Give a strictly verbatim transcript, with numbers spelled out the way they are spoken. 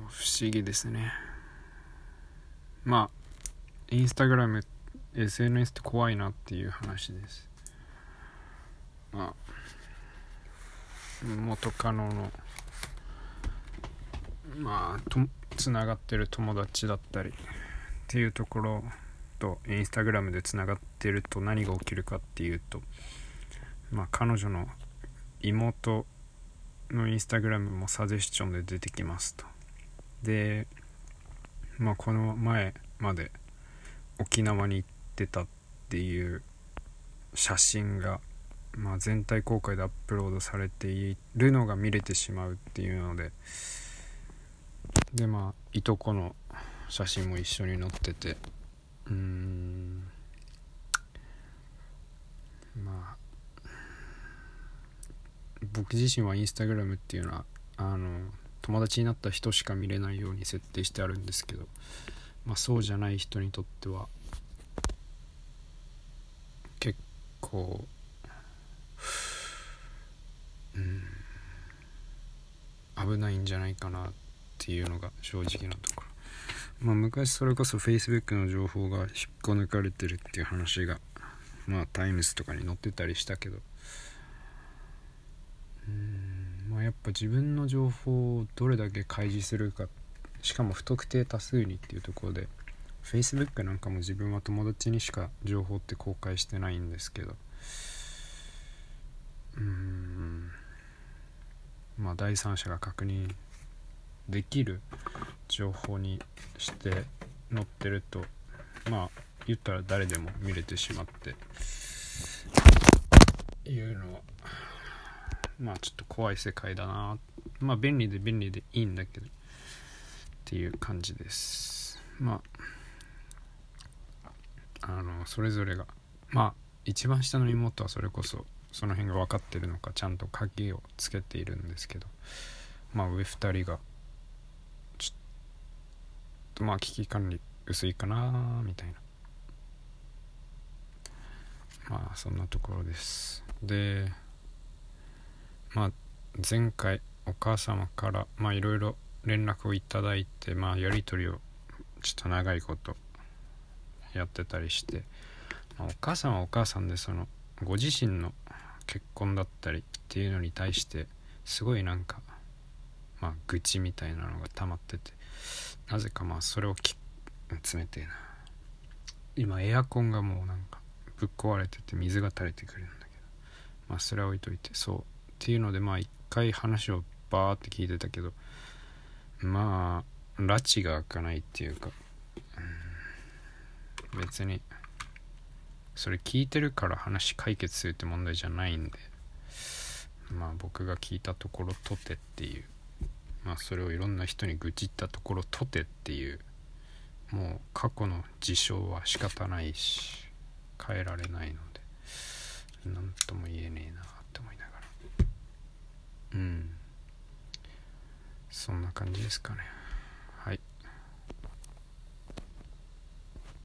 不思議ですね。まあインスタグラム エスエヌエス って怖いなっていう話です。まあ元カノのまあとつながってる友達だったりっていうところとインスタグラムでつながってると何が起きるかっていうと、まあ彼女の妹のインスタグラムもサジェスチョンで出てきますと。でまあこの前まで沖縄に行ってたっていう写真が、まあ、全体公開でアップロードされているのが見れてしまうっていうので、でまあいとこの写真も一緒に載ってて、うーんまあ僕自身はインスタグラムっていうのはあの友達になった人しか見れないように設定してあるんですけど、まあ、そうじゃない人にとっては結構うん危ないんじゃないかなっていうのが正直なところ。まあ昔それこそ Facebook の情報が引っこ抜かれてるっていう話がまあタイムズとかに載ってたりしたけど、うーんまあやっぱ自分の情報をどれだけ開示するか、しかも不特定多数にっていうところで Facebook なんかも自分は友達にしか情報って公開してないんですけど、うーんまあ第三者が確認できる情報にして載ってると、まあ言ったら誰でも見れてしまっていうのはまあちょっと怖い世界だな。まあ便利で便利でいいんだけどっていう感じです。まああのそれぞれがまあ一番下の妹はそれこそその辺が分かってるのかちゃんと鍵をつけているんですけど、まあ上ふたりがちょっとまあ危機管理薄いかなみたいな、まあそんなところです。でまあ前回お母様からまあいろいろ連絡をいただいて、まあやり取りをちょっと長いことやってたりして、まあ、お母さんはお母さんでそのご自身の結婚だったりっていうのに対してすごいなんかまあ愚痴みたいなのが溜まってて、なぜかまあそれをき冷てえな今エアコンがもうなんかぶっ壊れてて水が垂れてくるんだけど、まあそれは置いといて、そうっていうのでまあ一回話をバーって聞いてたけど、まあ拉致が開かないっていうか、うん別にそれ聞いてるから話解決するって問題じゃないんで、まあ僕が聞いたところとてっていう、まあそれをいろんな人に愚痴ったところとてっていう、もう過去の事象は仕方ないし変えられないので何とも言えねえなって思いながら、うんそんな感じですかね。